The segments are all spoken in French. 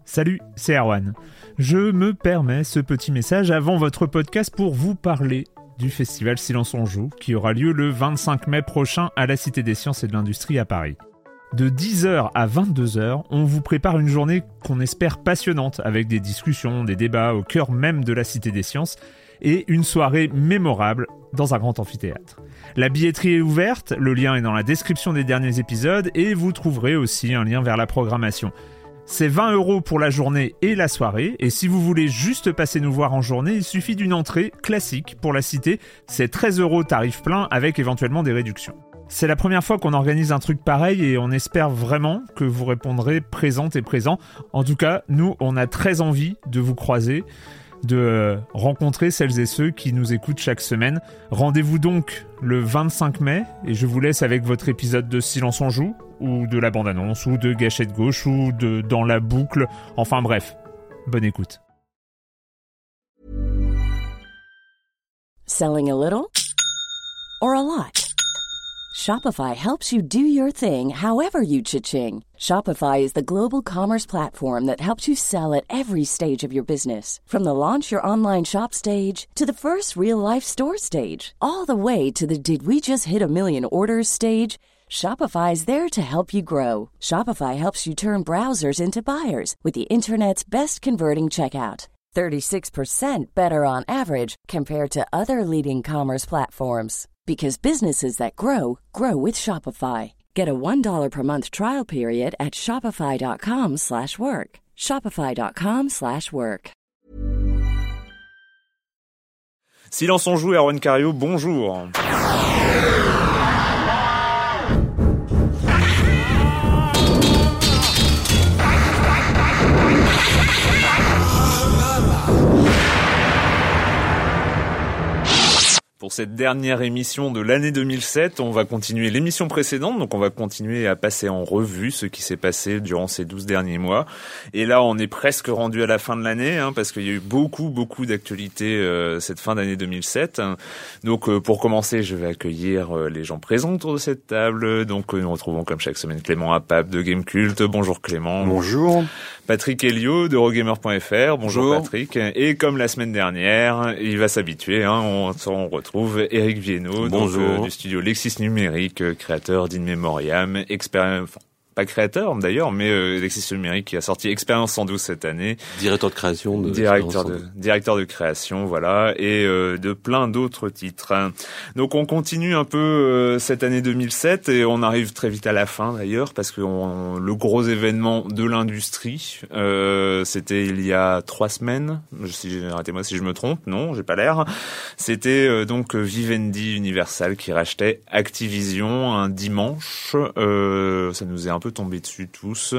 Salut, c'est Erwan. Je me permets ce petit message avant votre podcast pour vous parler du festival Silence on Joue qui aura lieu le 25 mai prochain à la Cité des Sciences et de l'Industrie à Paris. De 10h à 22h, on vous prépare une journée qu'on espère passionnante avec des discussions, des débats au cœur même de la Cité des Sciences et une soirée mémorable dans un grand amphithéâtre. La billetterie est ouverte, le lien est dans la description des derniers épisodes et vous trouverez aussi un lien vers la programmation. C'est 20 € pour la journée et la soirée, et si vous voulez juste passer nous voir en journée, il suffit d'une entrée classique pour la Cité, c'est 13 € tarif plein avec éventuellement des réductions. C'est la première fois qu'on organise un truc pareil et on espère vraiment que vous répondrez présentes et présents. En tout cas, nous, on a très envie de vous croiser, de rencontrer celles et ceux qui nous écoutent chaque semaine. Rendez-vous donc le 25 mai et je vous laisse avec votre épisode de Silence on Joue, ou de la bande-annonce, ou de Gâchette Gauche, ou de Dans la boucle. Enfin bref, bonne écoute. Selling a little or a lot? Shopify helps you do your thing however you cha-ching. Shopify is the global commerce platform that helps you sell at every stage of your business. From the launch your online shop stage to the first real-life store stage, all the way to the did we just hit a million orders stage. Shopify is there to help you grow. Shopify helps you turn browsers into buyers with the internet's best converting checkout. 36% better on average compared to other leading commerce platforms. Because businesses that grow, grow with Shopify. Get a $1 per month trial period at shopify.com/work. Shopify.com/work. Silence on Joue, Erwan Cario, bonjour. Pour cette dernière émission de l'année 2007, on va continuer l'émission précédente, donc on va continuer à passer en revue ce qui s'est passé durant ces 12 derniers mois. Et là, on est presque rendu à la fin de l'année, parce qu'il y a eu beaucoup d'actualités cette fin d'année 2007. Donc pour commencer, je vais accueillir les gens présents autour de cette table. Donc nous retrouvons comme chaque semaine Clément Apap de Gamecult. Bonjour Clément. Bonjour. Patrick Helio d'Eurogamer.fr. Bonjour Patrick. Et comme la semaine dernière, il va s'habituer, on retrouve Eric Viennot, donc, du studio Lexis Numérique, créateur d'In Memoriam, pas créateur d'ailleurs, mais Lexis Numérique qui a sorti Expérience 112 cette année. Directeur de création. Directeur de création, voilà, et de plein d'autres titres. Donc on continue un peu cette année 2007 et on arrive très vite à la fin d'ailleurs, parce que le gros événement de l'industrie, c'était il y a 3 semaines, arrêtez-moi si je me trompe, non, j'ai pas l'air. C'était donc Vivendi Universal qui rachetait Activision un dimanche. Ça nous est un peu tombé dessus tous.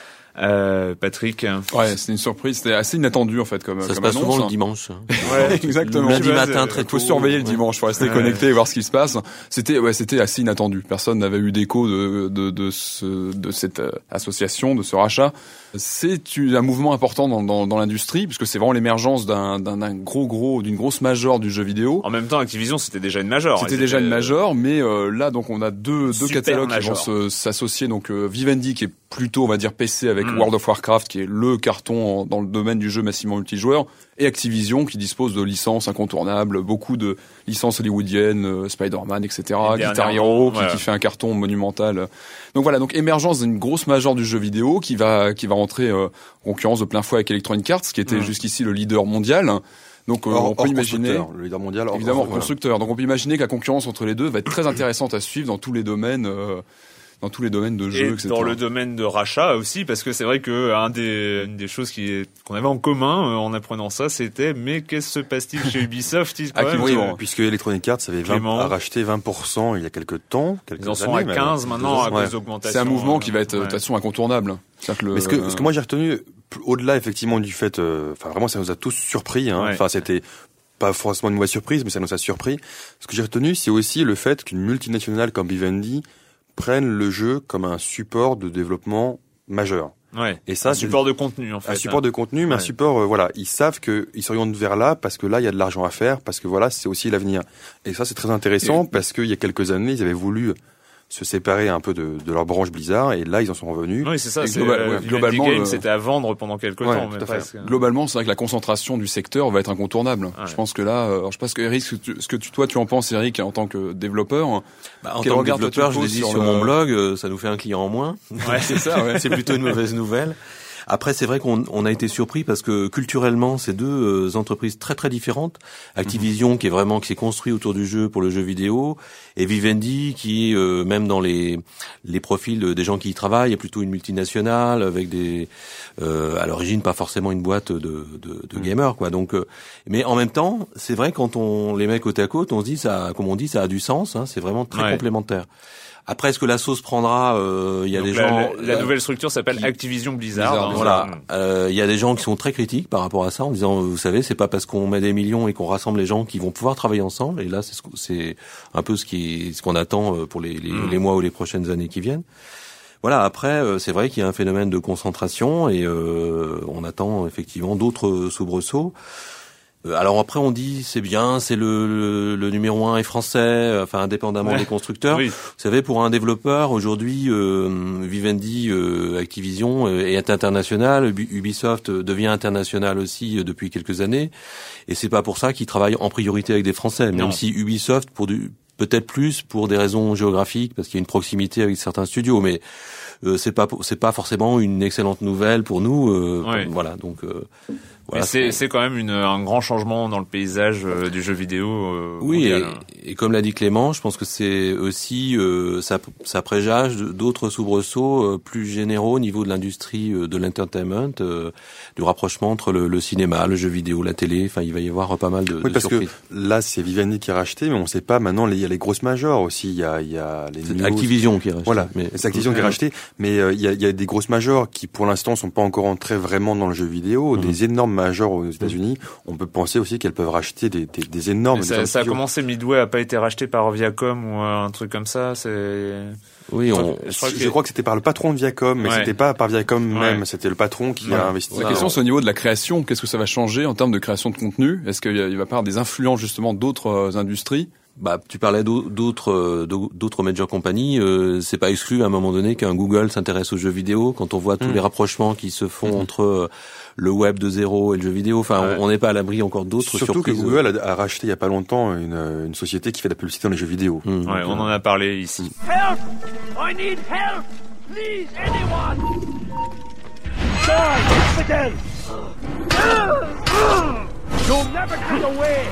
Patrick. Ouais, c'était une surprise, c'était assez inattendu en fait comme ça se passe annonce. Souvent le dimanche. Ouais, exactement. Lundi matin très tôt. Faut surveiller le dimanche, faut rester connecté et voir ce qui se passe. C'était assez inattendu. Personne n'avait eu d'écho de cette association, de ce rachat. C'est un mouvement important dans l'industrie puisque c'est vraiment l'émergence d'une grosse major du jeu vidéo. En même temps, Activision c'était déjà une major. C'était déjà une major, mais là donc on a deux catalogues major qui vont s'associer. Donc Vivendi qui est plutôt on va dire PC avec World of Warcraft qui est le carton dans le domaine du jeu massivement multijoueur, et Activision qui dispose de licences incontournables, beaucoup de licences hollywoodiennes, Spider-Man, etc., Guitar Hero qui fait un carton monumental. Donc voilà, donc émergence d'une grosse major du jeu vidéo qui va rentrer en concurrence de plein fouet avec Electronic Arts qui était jusqu'ici le leader mondial. Donc on peut imaginer le leader mondial, évidemment constructeur. Donc on peut imaginer que la concurrence entre les deux va être très intéressante à suivre dans tous les domaines. Dans tous les domaines de jeu, etc. Dans le domaine de rachat aussi, parce que c'est vrai que une des choses qu'on avait en commun en apprenant ça, c'était mais qu'est-ce qui se passe-t-il chez Ubisoft puisque Electronic Arts a racheté 20% il y a quelques temps. Ils en sont à 15 maintenant à cause d'augmentation. C'est un mouvement qui va être de toute façon incontournable. Mais ce que moi j'ai retenu, au-delà effectivement du fait, vraiment ça nous a tous surpris. C'était pas forcément une mauvaise surprise, mais ça nous a surpris. Ce que j'ai retenu, c'est aussi le fait qu'une multinationale comme Vivendi prennent le jeu comme un support de développement majeur. Ouais. Et ça, un support de contenu, en fait. Un support de contenu, mais un support, ils savent qu'ils s'orientent vers là parce que là, il y a de l'argent à faire, parce que c'est aussi l'avenir. Et ça, c'est très intéressant parce qu'il y a quelques années, ils avaient voulu se séparer un peu de leur branche Blizzard, et là ils en sont revenus. Oui, c'est ça. Globalement, Game, c'était à vendre pendant quelques temps. Mais presque. Globalement, c'est vrai que la concentration du secteur va être incontournable. Ouais. Je pense que là, je sais pas ce que Eric, toi tu en penses, Eric, en tant que développeur. En tant que développeur, je l'ai dit sur mon blog, ça nous fait un client en moins. Ouais, c'est ça. Ouais. C'est plutôt une mauvaise nouvelle. Après, c'est vrai qu'on a été surpris parce que culturellement, c'est deux entreprises très très différentes. Activision qui s'est construit autour du jeu pour le jeu vidéo, et Vivendi qui même dans les profils des gens qui y travaillent est plutôt une multinationale avec des à l'origine pas forcément une boîte de gamers quoi. Donc mais en même temps, c'est vrai quand on les met côte à côte, on se dit ça, comme on dit, ça a du sens, hein, c'est vraiment très complémentaire. Après, est-ce que la sauce prendra il y a des gens. La nouvelle structure s'appelle Activision Blizzard. Voilà. Il y a des gens qui sont très critiques par rapport à ça, en disant, vous savez, c'est pas parce qu'on met des millions et qu'on rassemble les gens qui vont pouvoir travailler ensemble. Et là, c'est un peu ce qu'on attend pour les mois ou les prochaines années qui viennent. Voilà. Après, c'est vrai qu'il y a un phénomène de concentration et on attend effectivement d'autres soubresauts. Alors après on dit c'est bien, c'est le numéro 1 est français, enfin indépendamment des constructeurs. Oui. Vous savez, pour un développeur aujourd'hui, Vivendi, Activision est international, Ubisoft devient international aussi depuis quelques années, et c'est pas pour ça qu'ils travaillent en priorité avec des Français, même si Ubisoft peut-être plus pour des raisons géographiques parce qu'il y a une proximité avec certains studios, mais c'est pas forcément une excellente nouvelle pour nous. Voilà donc. Voilà, mais c'est quand même un grand changement dans le paysage du jeu vidéo. Mondial. Et comme l'a dit Clément, je pense que c'est aussi ça préjage d'autres soubresauts plus généraux au niveau de l'industrie de l'entertainment, du rapprochement entre le cinéma, le jeu vidéo, la télé. Enfin, il va y avoir pas mal de parce surprises. Que là, c'est Vivendi qui a racheté, mais on ne sait pas. Maintenant, il y a les grosses majors aussi. Il y a les Activision qui a racheté. Voilà, c'est Activision qui a racheté. Mais il y a des grosses majors qui, pour l'instant, sont pas encore entrées vraiment dans le jeu vidéo. Des énormes majors aux États-Unis. On peut penser aussi qu'elles peuvent racheter des énormes. Ça a commencé. Midway a pas été racheté par Viacom ou un truc comme ça. Oui, je crois que c'était par le patron de Viacom, mais c'était pas par Viacom même. C'était le patron qui a investi. La question, c'est au niveau de la création. Qu'est-ce que ça va changer en termes de création de contenu? Est-ce qu'il va y avoir des influences justement d'autres industries? Tu parlais d'autres major compagnies, c'est pas exclu à un moment donné qu'un Google s'intéresse aux jeux vidéo quand on voit tous les rapprochements qui se font entre le web de zéro et le jeu vidéo. Enfin, on n'est pas à l'abri encore d'autres surprises. Surtout que Google a racheté il y a pas longtemps une société qui fait de la publicité dans les jeux vidéo. On en a parlé ici. Help! I need help! Please, anyone! Die! Again! You'll never get away!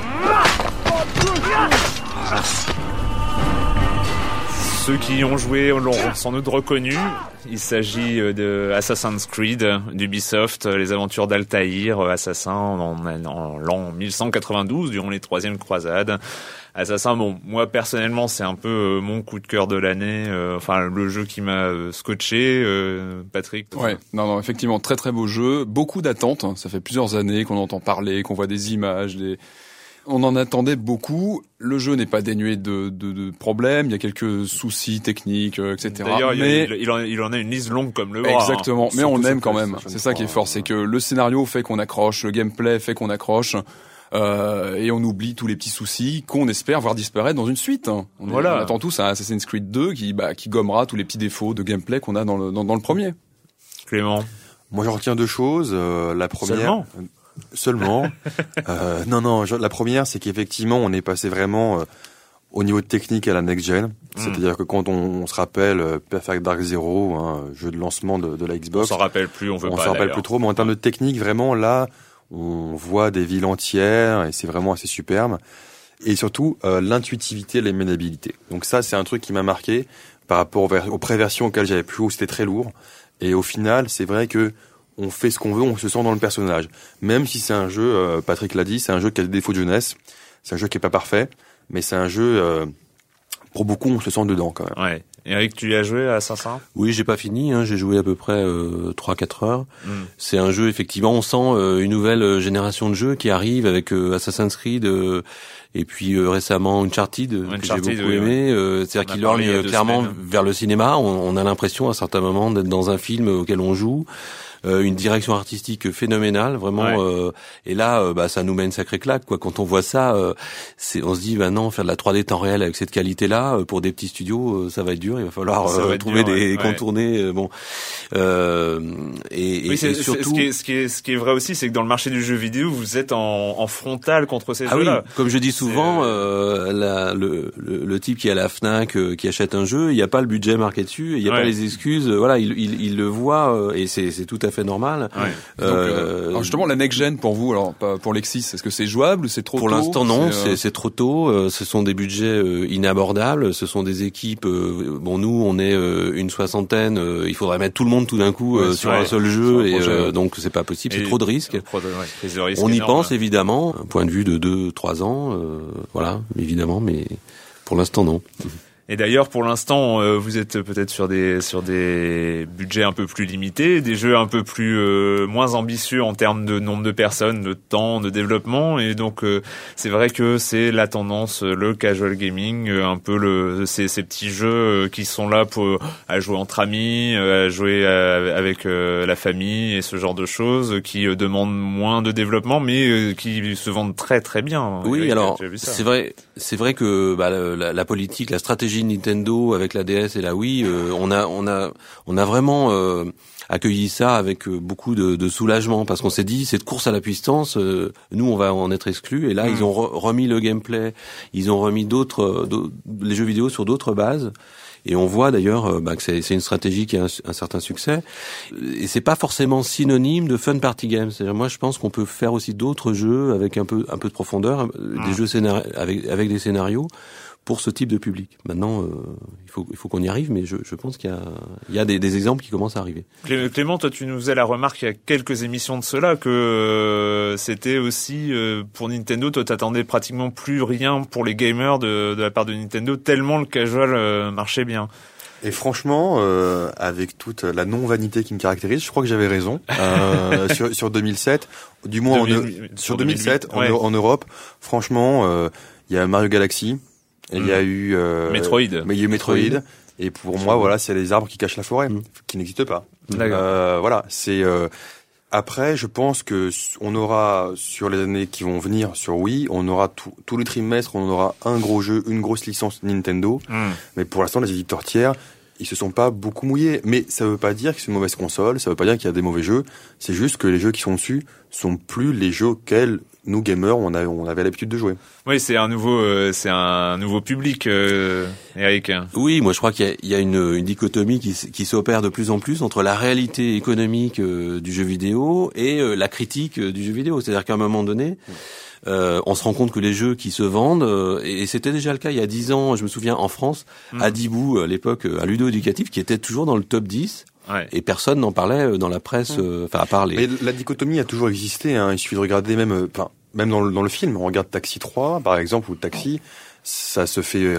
Ceux qui y ont joué l'ont sans doute reconnu. Il s'agit de Assassin's Creed d'Ubisoft, les aventures d'Altaïr, assassin en l'an 1192 durant les 3e croisades. Assassin, moi personnellement c'est un peu mon coup de cœur de l'année, le jeu qui m'a scotché. Patrick. Ouais, non, effectivement, très très beau jeu, beaucoup d'attentes, ça fait plusieurs années qu'on entend parler, qu'on voit des images, on en attendait beaucoup. Le jeu n'est pas dénué de problèmes. Il y a quelques soucis techniques, etc. D'ailleurs, il en a une liste longue comme le bras. Exactement. Mais on aime quand même. C'est ça qui est fort. C'est que le scénario fait qu'on accroche, le gameplay fait qu'on accroche. Et on oublie tous les petits soucis qu'on espère voir disparaître dans une suite. On attend tous à Assassin's Creed 2 qui gommera tous les petits défauts de gameplay qu'on a dans le premier. Clément. Moi, j'en retiens deux choses. La première. Seulement. La première, c'est qu'effectivement, on est passé vraiment au niveau technique à la next-gen. C'est-à-dire que quand on se rappelle Perfect Dark Zero, jeu de lancement de la Xbox. On s'en rappelle plus, on s'en rappelle plus trop, mais en termes de technique, vraiment, là, on voit des villes entières et c'est vraiment assez superbe. Et surtout, l'intuitivité, la maniabilité. Donc ça, c'est un truc qui m'a marqué par rapport aux pré-versions auxquelles j'avais plus haut, c'était très lourd. Et au final, c'est vrai que on fait ce qu'on veut, on se sent dans le personnage. Même si c'est un jeu, Patrick l'a dit, c'est un jeu qui a des défauts de jeunesse, c'est un jeu qui est pas parfait, mais c'est un jeu, pour beaucoup, on se sent dedans quand même. Ouais. Eric, tu y as joué à Assassin? Oui, j'ai pas fini, j'ai joué à peu près 3-4 heures. C'est un jeu, effectivement, on sent une nouvelle génération de jeux qui arrive avec Assassin's Creed et puis récemment Uncharted que j'ai beaucoup aimé. C'est-à-dire qu'il lorgne clairement vers le cinéma. On a l'impression à certains moments d'être dans un film auquel on joue. une direction artistique phénoménale, vraiment. Et là, ça nous met une sacrée claque, quoi. Quand on voit ça, on se dit, non, faire de la 3D temps réel avec cette qualité-là, pour des petits studios, ça va être dur. Il va falloir trouver des contournés. Et surtout, ce qui est vrai aussi, c'est que dans le marché du jeu vidéo, vous êtes en frontal contre ces jeux-là. Oui. Comme je dis souvent, le type qui est à la Fnac, qui achète un jeu, il n'y a pas le budget marqué dessus, il n'y a pas les excuses. Voilà, il le voit et c'est tout à fait normal. Alors justement, la next gen pour vous, alors pour Lexis, est-ce que c'est jouable, c'est trop tôt? Pour l'instant, non, c'est trop tôt. Ce sont des budgets inabordables. Ce sont des équipes. Nous, on est une soixantaine. Il faudrait mettre tout le monde tout d'un coup sur un seul jeu, et donc c'est pas possible. C'est trop de risques. On y pense évidemment, un point de vue de 2-3 ans, voilà, évidemment, mais pour l'instant non. Et d'ailleurs, pour l'instant, vous êtes peut-être sur des budgets un peu plus limités, des jeux un peu plus moins ambitieux en termes de nombre de personnes, de temps, de développement, et donc c'est vrai que c'est la tendance, le casual gaming, un peu ces petits jeux qui sont là à jouer entre amis, à jouer avec la famille et ce genre de choses, qui demandent moins de développement, mais qui se vendent très très bien. Oui, alors c'est vrai que la politique, la stratégie Nintendo avec la DS et la Wii, on a vraiment accueilli ça avec beaucoup de soulagement, parce qu'on s'est dit cette course à la puissance, nous on va en être exclus, et là ils ont remis le gameplay, ils ont remis les jeux vidéo sur d'autres bases. Et on voit d'ailleurs que c'est une stratégie qui a un certain succès. Et c'est pas forcément synonyme de fun party game. C'est-à-dire, moi, je pense qu'on peut faire aussi d'autres jeux avec un peu de profondeur, des jeux avec des scénarios pour ce type de public. Maintenant, il faut qu'on y arrive, mais je pense qu'il y a des exemples qui commencent à arriver. Clément, toi, tu nous faisais la remarque il y a quelques émissions de cela que c'était aussi pour Nintendo, toi, t'attendais pratiquement plus rien pour les gamers de la part de Nintendo, tellement le casual marchait bien. Et franchement, avec toute la non-vanité qui me caractérise, je crois que j'avais raison. Sur 2007, du moins sur 2007 en Europe, franchement, il y a Mario Galaxy. Il y a eu Metroid. Mais il y a eu Metroid. Et pour moi, voilà, c'est les arbres qui cachent la forêt, qui n'existent pas. Voilà, c'est. Après, je pense que on aura sur les années qui vont venir sur Wii, on aura tous les trimestres, on aura un gros jeu, une grosse licence Nintendo. Mais pour l'instant, les éditeurs tiers, ils se sont pas beaucoup mouillés. Mais ça veut pas dire que c'est une mauvaise console, ça veut pas dire qu'il y a des mauvais jeux. C'est juste que les jeux qui sont dessus sont plus les jeux auxquels nous gamers on avait l'habitude de jouer. Oui, c'est un nouveau public, Eric. Oui, moi je crois qu'il y a une dichotomie qui s'opère de plus en plus entre la réalité économique du jeu vidéo et la critique du jeu vidéo. C'est-à-dire qu'à un moment donné, on se rend compte que les jeux qui se vendent, et c'était déjà le cas il y a 10 ans, je me souviens en France, à Dibou, à l'époque, un ludo-éducatif qui était toujours dans le top 10. Et personne n'en parlait dans la presse, à part les... Mais la dichotomie a toujours existé, hein. Il suffit de regarder même dans le film, on regarde Taxi 3, par exemple, ou Taxi, ça se fait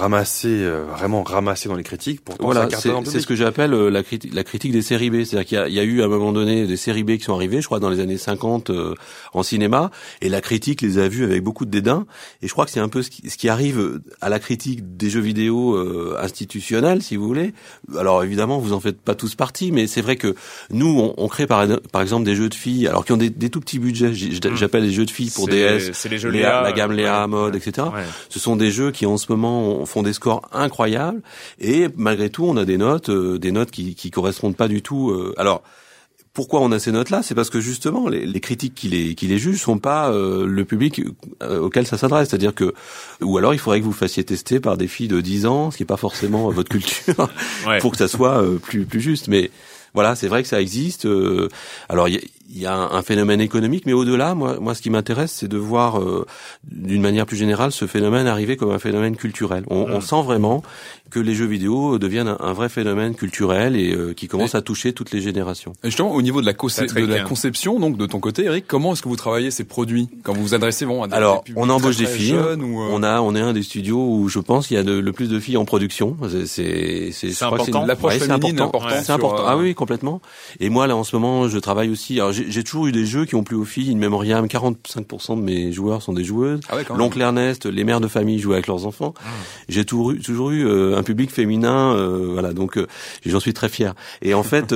vraiment ramasser dans les critiques. Pourtant, voilà, c'est ce que j'appelle la critique des séries B. C'est-à-dire qu'il y a eu à un moment donné des séries B qui sont arrivées, je crois dans les années 50 en cinéma, et la critique les a vues avec beaucoup de dédain. Et je crois que c'est un peu ce qui arrive à la critique des jeux vidéo institutionnels, si vous voulez. Alors évidemment, vous en faites pas tous partie, mais c'est vrai que nous, on crée par exemple des jeux de filles, alors qui ont des tout petits budgets. J'appelle les jeux de filles pour DS, c'est les jeux Léa, la gamme Léa mode, etc. Ce sont des jeux qui en ce moment font des scores incroyables, et malgré tout on a des notes qui correspondent pas du tout. Alors pourquoi on a ces notes-là? C'est parce que justement les critiques qui les jugent sont pas le public auquel ça s'adresse. C'est-à-dire que, ou alors il faudrait que vous fassiez tester par des filles de 10 ans, ce qui est pas forcément votre culture, pour que ça soit plus juste. Mais voilà, c'est vrai que ça existe. Alors il y a un phénomène économique, mais au-delà, moi, ce qui m'intéresse, c'est de voir, d'une manière plus générale, ce phénomène arriver comme un phénomène culturel. On sent vraiment que les jeux vidéo deviennent un vrai phénomène culturel et qui commence à toucher toutes les générations. Et justement, au niveau de la conception, donc de ton côté, Eric, comment est-ce que vous travaillez ces produits quand vous vous adressez à des Alors, publics on embauche des filles. On est un des studios où je pense qu'il y a le plus de filles en production. C'est important. L'approche féminine est importante. C'est important. Ah oui, complètement. Et moi, là, en ce moment, je travaille aussi. Alors, Alors j'ai toujours eu des jeux qui ont plu aux filles. In Memoriam, 45% de mes joueurs sont des joueuses. Ah ouais, L'oncle Ernest, les mères de famille jouent avec leurs enfants. J'ai toujours eu un public féminin, voilà. Donc j'en suis très fier. Et en fait,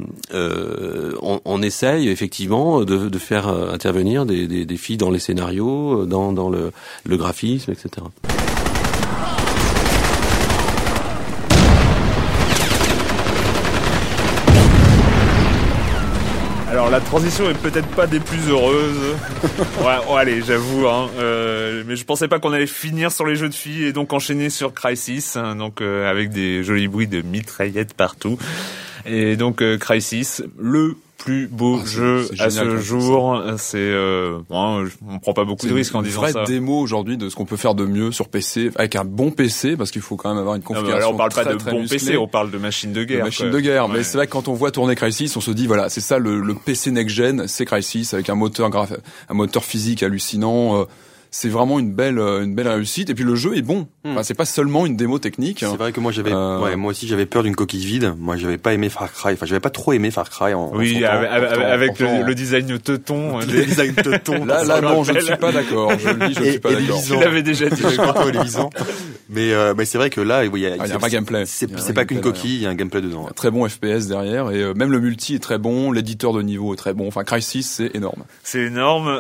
on essaye effectivement de faire intervenir des filles dans les scénarios, dans le graphisme, etc. Alors la transition est peut-être pas des plus heureuses. Ouais, allez, j'avoue. Mais je pensais pas qu'on allait finir sur les jeux de filles et donc enchaîner sur Crysis, donc avec des jolis bruits de mitraillettes partout. Et donc Crysis, le plus beau jeu à ce jour, c'est on prend pas beaucoup de risques en disant ça. C'est une vraie démo aujourd'hui de ce qu'on peut faire de mieux sur PC avec un bon PC, parce qu'il faut quand même avoir une configuration. Alors on parle très, pas de très bon musclée. PC, on parle de machine de guerre. Ouais. Mais c'est vrai que quand on voit tourner Crysis, on se dit voilà, c'est ça le PC next gen, c'est Crysis avec un moteur physique hallucinant. C'est vraiment une belle réussite, et puis le jeu est bon. Enfin, c'est pas seulement une démo technique. C'est vrai que moi moi aussi j'avais peur d'une coquille vide. Moi j'avais pas aimé Far Cry. Enfin, j'avais pas trop aimé Far Cry avec le design teuton. Le design teuton. Là non, je ne suis pas d'accord. Je le dis, je ne suis pas d'accord. Tu l'avais déjà dit. Mais c'est vrai que là, il y a un vrai gameplay. C'est pas qu'une coquille, il y a un gameplay dedans. Très bon FPS derrière, et même le multi est très bon, l'éditeur de niveau est très bon. Enfin, Crysis, c'est énorme. C'est énorme.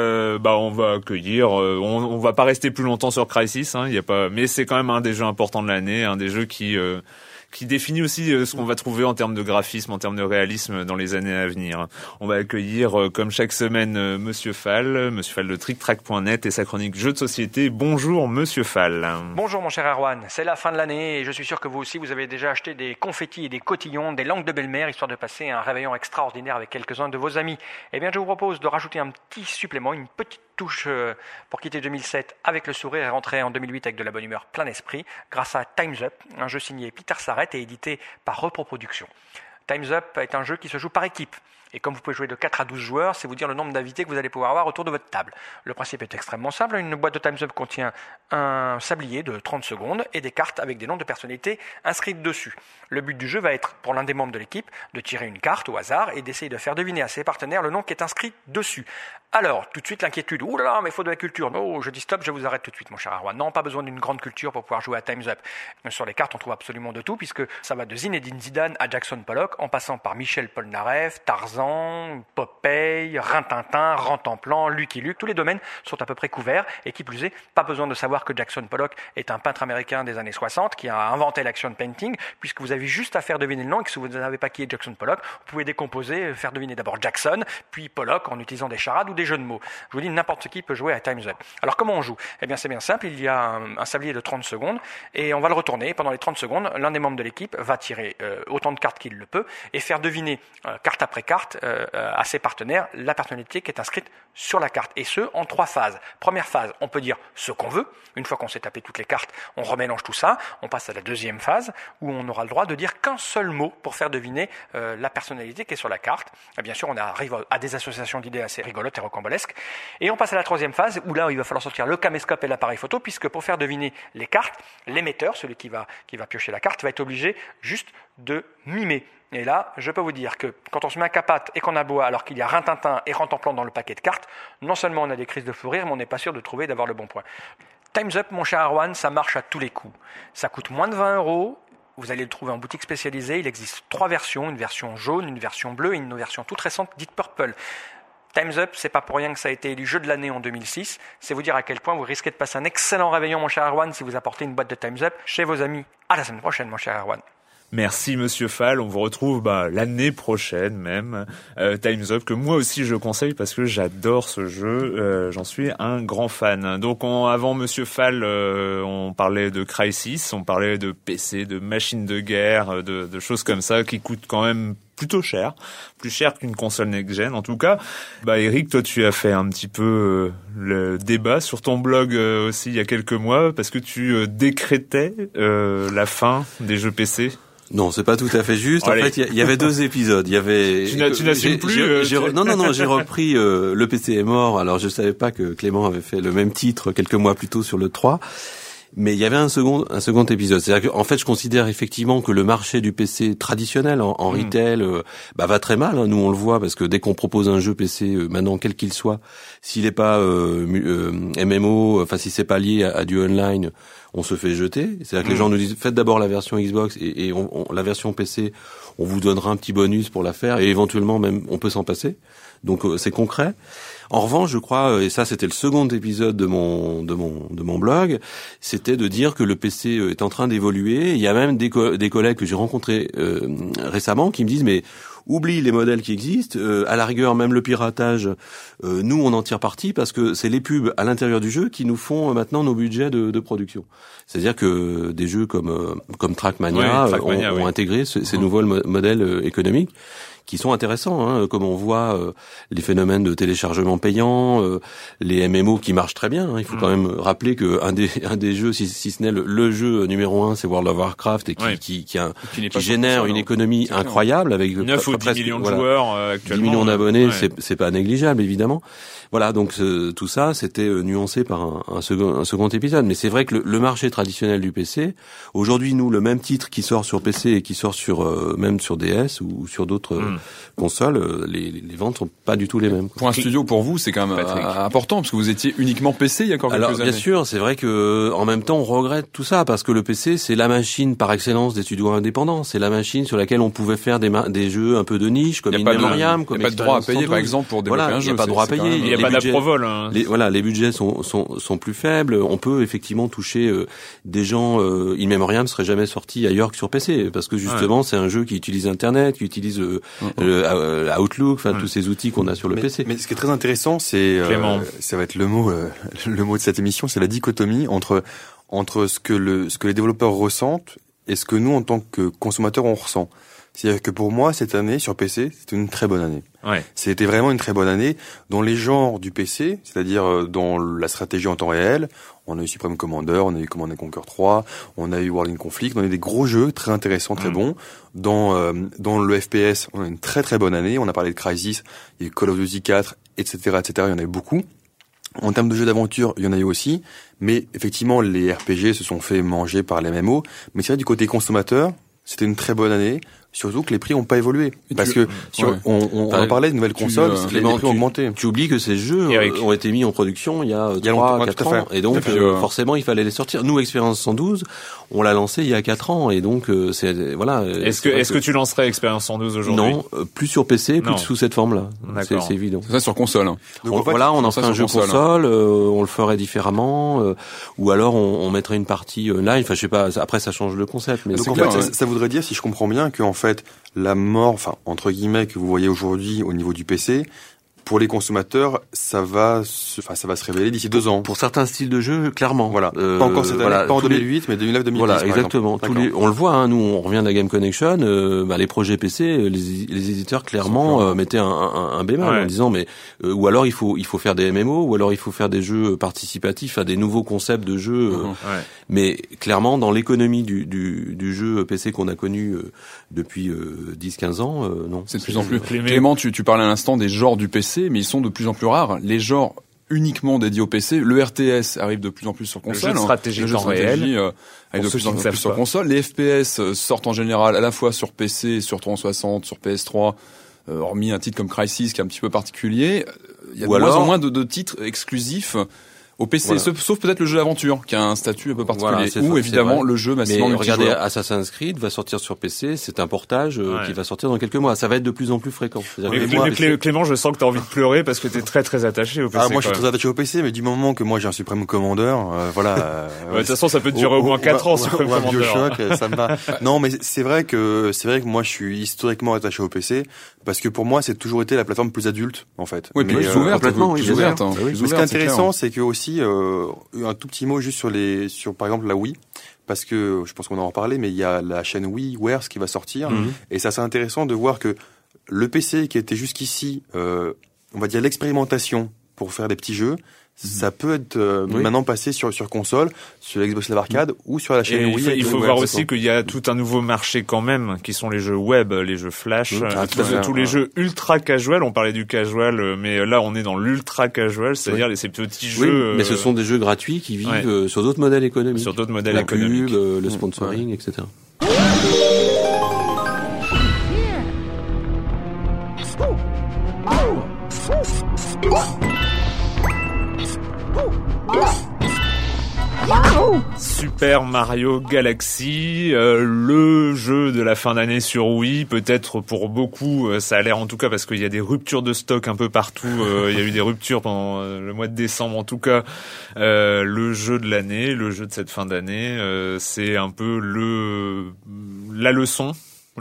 On va accueillir. On va pas rester plus longtemps sur Crysis. Il y a pas. Mais c'est quand même un des jeux importants de l'année, un des jeux qui définit aussi ce qu'on va trouver en termes de graphisme, en termes de réalisme dans les années à venir. On va accueillir, comme chaque semaine, Monsieur Fall de TrickTrack.net et sa chronique Jeux de société. Bonjour Monsieur Fall. Bonjour mon cher Erwan, c'est la fin de l'année et je suis sûr que vous aussi vous avez déjà acheté des confettis et des cotillons, des langues de belle-mère, histoire de passer un réveillon extraordinaire avec quelques-uns de vos amis. Eh bien je vous propose de rajouter un petit supplément, une petite touche pour quitter 2007 avec le sourire et rentrer en 2008 avec de la bonne humeur plein esprit grâce à Time's Up, un jeu signé Peter Sarrett et édité par Repro Productions. Time's Up est un jeu qui se joue par équipe. Et comme vous pouvez jouer de 4 à 12 joueurs, c'est vous dire le nombre d'invités que vous allez pouvoir avoir autour de votre table. Le principe est extrêmement simple. Une boîte de Time's Up contient un sablier de 30 secondes et des cartes avec des noms de personnalités inscrites dessus. Le but du jeu va être, pour l'un des membres de l'équipe, de tirer une carte au hasard et d'essayer de faire deviner à ses partenaires le nom qui est inscrit dessus. Alors, tout de suite l'inquiétude. Ouh là là, mais il faut de la culture. Non, je dis stop, je vous arrête tout de suite, mon cher Arwan. Non, pas besoin d'une grande culture pour pouvoir jouer à Time's Up. Sur les cartes, on trouve absolument de tout, puisque ça va de Zinedine Zidane à Jackson Pollock, en passant par Michel Polnareff, Tarzan, Popeye, Rintintin, Rantanplan, Lucky Luke. Tous les domaines sont à peu près couverts, et qui plus est, pas besoin de savoir que Jackson Pollock est un peintre américain des années 60 qui a inventé l'action painting, puisque vous avez juste à faire deviner le nom, et que si vous ne savez pas qui est Jackson Pollock, vous pouvez décomposer, faire deviner d'abord Jackson, puis Pollock en utilisant des charades ou des jeux de mots. Je vous dis, n'importe qui peut jouer à Time's Up. Alors comment on joue ? Eh bien c'est bien simple, il y a un sablier de 30 secondes et on va le retourner. Pendant les 30 secondes, l'un des membres de l'équipe va tirer autant de cartes qu'il le peut et faire deviner carte après carte à ses partenaires la personnalité qui est inscrite sur la carte. Et ce, en 3 phases. Première phase, on peut dire ce qu'on veut. Une fois qu'on s'est tapé toutes les cartes, on remélange tout ça. On passe à la deuxième phase où on aura le droit de dire qu'un seul mot pour faire deviner la personnalité qui est sur la carte. Et bien sûr, on arrive à des associations d'idées assez rigolotes et rocambolesques. Et on passe à la troisième phase où là, il va falloir sortir le caméscope et l'appareil photo, puisque pour faire deviner les cartes, l'émetteur, celui qui va piocher la carte, va être obligé juste de mimer. Et là, je peux vous dire que quand on se met un capate et qu'on aboie alors qu'il y a Rintintin et Rantanplan dans le paquet de cartes, non seulement on a des crises de fou rire, mais on n'est pas sûr d'avoir le bon point. Time's Up, mon cher Arwan, ça marche à tous les coups. Ça coûte moins de 20 €. Vous allez le trouver en boutique spécialisée. Il existe 3 versions, une version jaune, une version bleue et une version toute récente dite Purple. Time's Up, c'est pas pour rien que ça a été élu jeu de l'année en 2006. C'est vous dire à quel point vous risquez de passer un excellent réveillon, mon cher Arwan, si vous apportez une boîte de Time's Up chez vos amis. À la semaine prochaine, mon cher Arwan. Merci Monsieur Fall, on vous retrouve l'année prochaine même. Time's Up, que moi aussi je conseille parce que j'adore ce jeu, j'en suis un grand fan. Donc avant Monsieur Fall, on parlait de Crysis, on parlait de PC, de machines de guerre, de choses comme ça qui coûtent quand même plutôt cher, plus cher qu'une console next-gen en tout cas. Eric, toi tu as fait un petit peu le débat sur ton blog aussi il y a quelques mois parce que tu décrétais la fin des jeux PC. Non, c'est pas tout à fait juste. En fait, il y avait 2 épisodes. Il y avait. Tu n'assumes plus. Non, j'ai repris le PC est mort. Alors, je savais pas que Clément avait fait le même titre quelques mois plus tôt sur le 3. Mais il y avait un second épisode. C'est-à-dire qu'en fait, je considère effectivement que le marché du PC traditionnel en retail va très mal. Hein. Nous, on le voit parce que dès qu'on propose un jeu PC, maintenant quel qu'il soit, s'il n'est pas MMO, enfin si c'est pas lié à du online, on se fait jeter. C'est-à-dire que les gens nous disent faites d'abord la version Xbox et la version PC, on vous donnera un petit bonus pour la faire et éventuellement même on peut s'en passer. Donc c'est concret. En revanche, je crois, et ça c'était le second épisode de mon blog, c'était de dire que le PC est en train d'évoluer. Il y a même des collègues que j'ai rencontrés récemment qui me disent mais oublie les modèles qui existent, à la rigueur même le piratage, nous on en tire parti parce que c'est les pubs à l'intérieur du jeu qui nous font maintenant nos budgets de production. C'est-à-dire que des jeux comme Trackmania, ont intégré ces nouveaux modèles économiques qui sont intéressants, hein, comme on voit les phénomènes de téléchargement payant, les MMO qui marchent très bien. Hein. Il faut quand même rappeler que un des jeux, si ce n'est le jeu numéro 1, c'est World of Warcraft et qui génère une économie incroyable avec 9 ou 10 millions de joueurs actuellement. 10 millions d'abonnés, c'est pas négligeable évidemment. Voilà, donc tout ça, c'était nuancé par un second épisode. Mais c'est vrai que le marché traditionnel du PC, aujourd'hui, nous, le même titre qui sort sur PC et qui sort même sur DS ou sur d'autres consoles, les ventes sont pas du tout les mêmes. Pour un studio, pour vous, c'est quand même important parce que vous étiez uniquement PC il y a encore quelques années. Bien sûr, c'est vrai que en même temps, on regrette tout ça parce que le PC, c'est la machine par excellence des studios indépendants. C'est la machine sur laquelle on pouvait faire des jeux un peu de niche, comme In Memoriam, comme il n'y a pas de droit à payer, par exemple, pour développer un jeu. Il n'y a pas de droit à payer. Il n'y a pas d'approvol. Les budgets sont plus faibles. On peut effectivement toucher des gens. In Memoriam serait jamais sorti ailleurs que sur PC parce que justement, c'est un jeu qui utilise Internet, qui utilise Outlook, enfin tous ces outils qu'on a sur le PC. Mais ce qui est très intéressant, c'est ça va être le mot de cette émission, c'est la dichotomie entre ce que les développeurs ressentent et ce que nous en tant que consommateurs on ressent. C'est-à-dire que pour moi, cette année sur PC, c'était une très bonne année. Ouais. C'était vraiment une très bonne année dans les genres du PC, c'est-à-dire dans la stratégie en temps réel. On a eu Supreme Commander, on a eu Command & Conquer 3, on a eu World in Conflict, on a eu des gros jeux très intéressants, très bons. Dans le FPS, on a une très très bonne année. On a parlé de Crysis, il y a eu Call of Duty 4, etc., etc. Il y en a eu beaucoup. En termes de jeux d'aventure, il y en a eu aussi. Mais effectivement, les RPG se sont fait manger par les MMO. Mais c'est vrai, du côté consommateur, c'était une très bonne année. Surtout que les prix n'ont pas évolué. Parce que on en parlait de nouvelles consoles, les prix ont augmenté. Tu oublies que ces jeux ont été mis en production il y a 3-4 ans. Et donc, forcément, il fallait les sortir. Nous, Expérience 112, on l'a lancé il y a 4 ans. Et donc, voilà. Est-ce que tu lancerais Expérience 112 aujourd'hui? Non, plus sur PC, plus sous cette forme-là. C'est évident. C'est ça sur console. Hein. Donc, on en ferait un jeu console, on le ferait différemment, ou alors on mettrait une partie live. Enfin, je sais pas, après ça change le concept. Mais donc en fait, ça voudrait dire, si je comprends bien, que en fait, la mort, enfin entre guillemets, que vous voyez aujourd'hui au niveau du PC, pour les consommateurs, ça va se révéler d'ici 2 ans. Pour certains styles de jeux, clairement. Voilà. Pas encore cette année, pas en 2008, mais 2009-2010. Voilà, exactement. On le voit, hein, nous, on revient de la Game Connection, les projets PC, les éditeurs clairement mettaient un bémol en disant, mais ou alors il faut faire des MMO, ou alors il faut faire des jeux participatifs, des nouveaux concepts de jeux. Mais clairement, dans l'économie du jeu PC qu'on a connu depuis 10-15 ans, non. C'est de plus en plus. Clément, tu parlais à l'instant des genres du PC, mais ils sont de plus en plus rares. Les genres uniquement dédiés au PC, le RTS arrive de plus en plus sur console. Le jeu de stratégie temps réel, arrive de plus en plus sur console. Les FPS sortent en général à la fois sur PC, sur 360, sur PS3, hormis un titre comme Crysis qui est un petit peu particulier. Il y a de moins en moins de titres exclusifs au PC, sauf peut-être le jeu d'aventure, qui a un statut un peu particulier, ou évidemment le jeu massivement multijoueur. Regardez, Assassin's Creed va sortir sur PC, c'est un portage qui va sortir dans quelques mois. Ça va être de plus en plus fréquent. Clément, je sens que t'as envie de pleurer parce que t'es très très attaché au PC. Moi, je suis très attaché au PC, mais du moment que moi j'ai un Supreme Commander, voilà. De toute façon, ça peut durer au moins 4 ans, Supreme Commander. Bioshock, ça me va. Non, mais c'est vrai que moi je suis historiquement attaché au PC parce que pour moi c'est toujours été la plateforme plus adulte en fait. Oui, plus ouverte, complètement. Ce qui est intéressant, c'est que aussi un tout petit mot juste sur par exemple la Wii, parce que je pense qu'on en a parlé, mais il y a la chaîne WiiWare qui va sortir, et c'est assez intéressant de voir que le PC qui était jusqu'ici, on va dire l'expérimentation pour faire des petits jeux, ça peut être maintenant passé sur console, sur Xbox Live Arcade ou sur la chaîne Wii. Il faut voir aussi qu'il y a tout un nouveau marché quand même, qui sont les jeux web, les jeux flash, tous les jeux ultra casual. On parlait du casual, mais là on est dans l'ultra casual, c'est-à-dire ces petits jeux. Mais ce sont des jeux gratuits qui vivent sur d'autres modèles économiques. Sur d'autres modèles économiques. Pub, le sponsoring, etc. Super Mario Galaxy, le jeu de la fin d'année sur Wii, peut-être pour beaucoup, ça a l'air en tout cas parce qu'il y a des ruptures de stock un peu partout, il y a eu des ruptures pendant le mois de décembre en tout cas, le jeu de l'année, le jeu de cette fin d'année, c'est un peu la leçon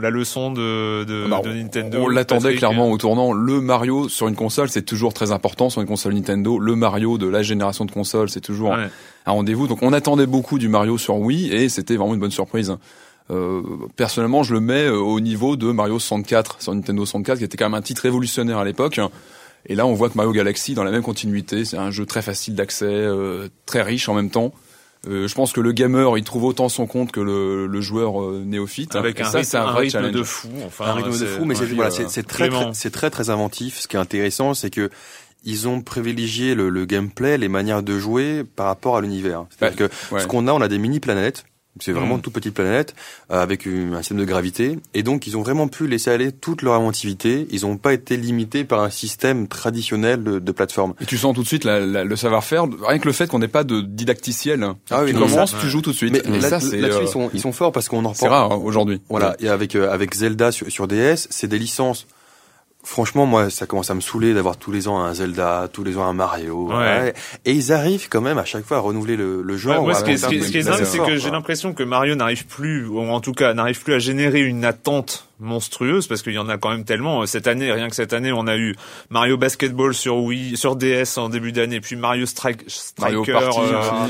de Nintendo. On l'attendait clairement au tournant. Le Mario sur une console, c'est toujours très important sur une console Nintendo. Le Mario de la génération de consoles, c'est toujours un rendez-vous. Donc on attendait beaucoup du Mario sur Wii et c'était vraiment une bonne surprise. Personnellement, je le mets au niveau de Mario 64 sur Nintendo 64, qui était quand même un titre révolutionnaire à l'époque. Et là, on voit que Mario Galaxy, dans la même continuité, c'est un jeu très facile d'accès, très riche en même temps. Je pense que le gamer il trouve autant son compte que le joueur néophyte avec un rythme de fou, un rythme de fou, mais c'est très inventif. Ce qui est intéressant, c'est que ils ont privilégié le gameplay, les manières de jouer par rapport à l'univers. C'est-à-dire que ce qu'on a, on a des mini planètes. C'est vraiment une toute petite planète avec un système de gravité, et donc ils ont vraiment pu laisser aller toute leur inventivité. Ils n'ont pas été limités par un système traditionnel de plateforme. Et tu sens tout de suite le savoir-faire, rien que le fait qu'on n'ait pas de didacticiel. Tu commences, tu joues tout de suite. Mais là-dessus ils sont forts parce qu'on en reparle. C'est rare aujourd'hui. Voilà, et avec Zelda sur DS, c'est des licences. Franchement, moi, ça commence à me saouler d'avoir tous les ans un Zelda, tous les ans un Mario. Et ils arrivent quand même à chaque fois à renouveler le genre. Moi, ce qui est dingue, c'est que j'ai l'impression que Mario n'arrive plus, ou en tout cas, n'arrive plus à générer une attente monstrueuse, parce qu'il y en a quand même tellement. Rien que cette année, on a eu Mario Basketball sur Wii, sur DS en début d'année, puis Mario Striker, Mario Party,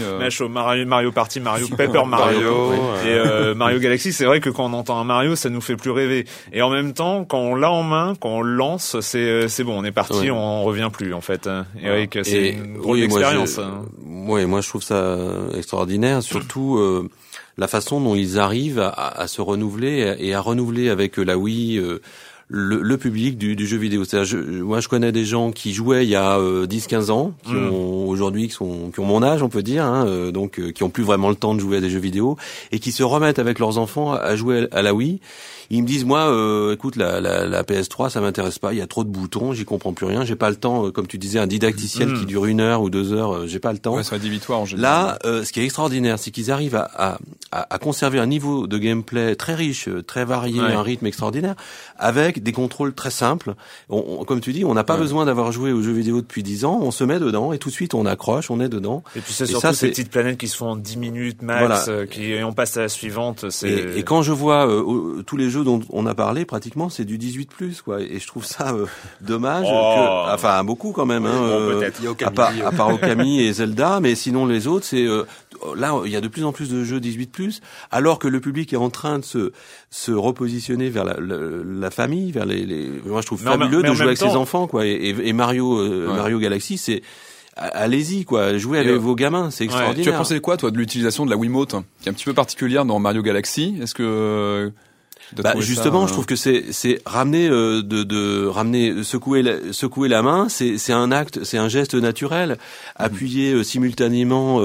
Mario Party, Mario Paper Mario, et Mario Galaxy. C'est vrai que quand on entend un Mario, ça nous fait plus rêver. Et en même temps, quand on l'a en main, quand on le lance, c'est bon, on est parti, on revient plus, en fait. Eric, c'est une drôle d'expérience. Moi, je trouve ça extraordinaire, surtout, la façon dont ils arrivent à se renouveler et à renouveler avec la Wii le public du jeu vidéo. C'est-à-dire, moi, je connais des gens qui jouaient il y a 10-15 ans, qui ont aujourd'hui qui ont mon âge, on peut dire, donc qui ont plus vraiment le temps de jouer à des jeux vidéo et qui se remettent avec leurs enfants à jouer à la Wii. Ils me disent, moi, écoute, la PS3, ça m'intéresse pas. Il y a trop de boutons, j'y comprends plus rien. J'ai pas le temps, comme tu disais, un didacticiel qui dure 1 heure ou 2 heures. J'ai pas le temps. Ouais, c'est rédhibitoire en général. Là, ce qui est extraordinaire, c'est qu'ils arrivent à conserver un niveau de gameplay très riche, très varié, un rythme extraordinaire, avec des contrôles très simples. Comme tu dis, on n'a pas besoin d'avoir joué aux jeux vidéo depuis 10 ans. On se met dedans et tout de suite, on accroche, on est dedans. Et puis c'est surtout ces petites planètes qui se font en 10 minutes max, et on passe à la suivante. Et quand je vois tous les jeux dont on a parlé, pratiquement, c'est du 18+, quoi. Et je trouve ça dommage. Enfin, beaucoup quand même. À part Okami et Zelda, mais sinon les autres, c'est là, il y a de plus en plus de jeux 18+, alors que le public est en train de se repositionner vers la famille, vers moi, je trouve fabuleux de jouer avec ses enfants, quoi. Et Mario Galaxy, c'est allez-y, quoi, jouez avec vos gamins, c'est extraordinaire. Tu as pensé quoi, toi, de l'utilisation de la Wiimote, qui est un petit peu particulière dans Mario Galaxy? Est-ce que justement, je trouve que c'est ramener ramener secouer la main, c'est un acte, c'est un geste naturel. Appuyer simultanément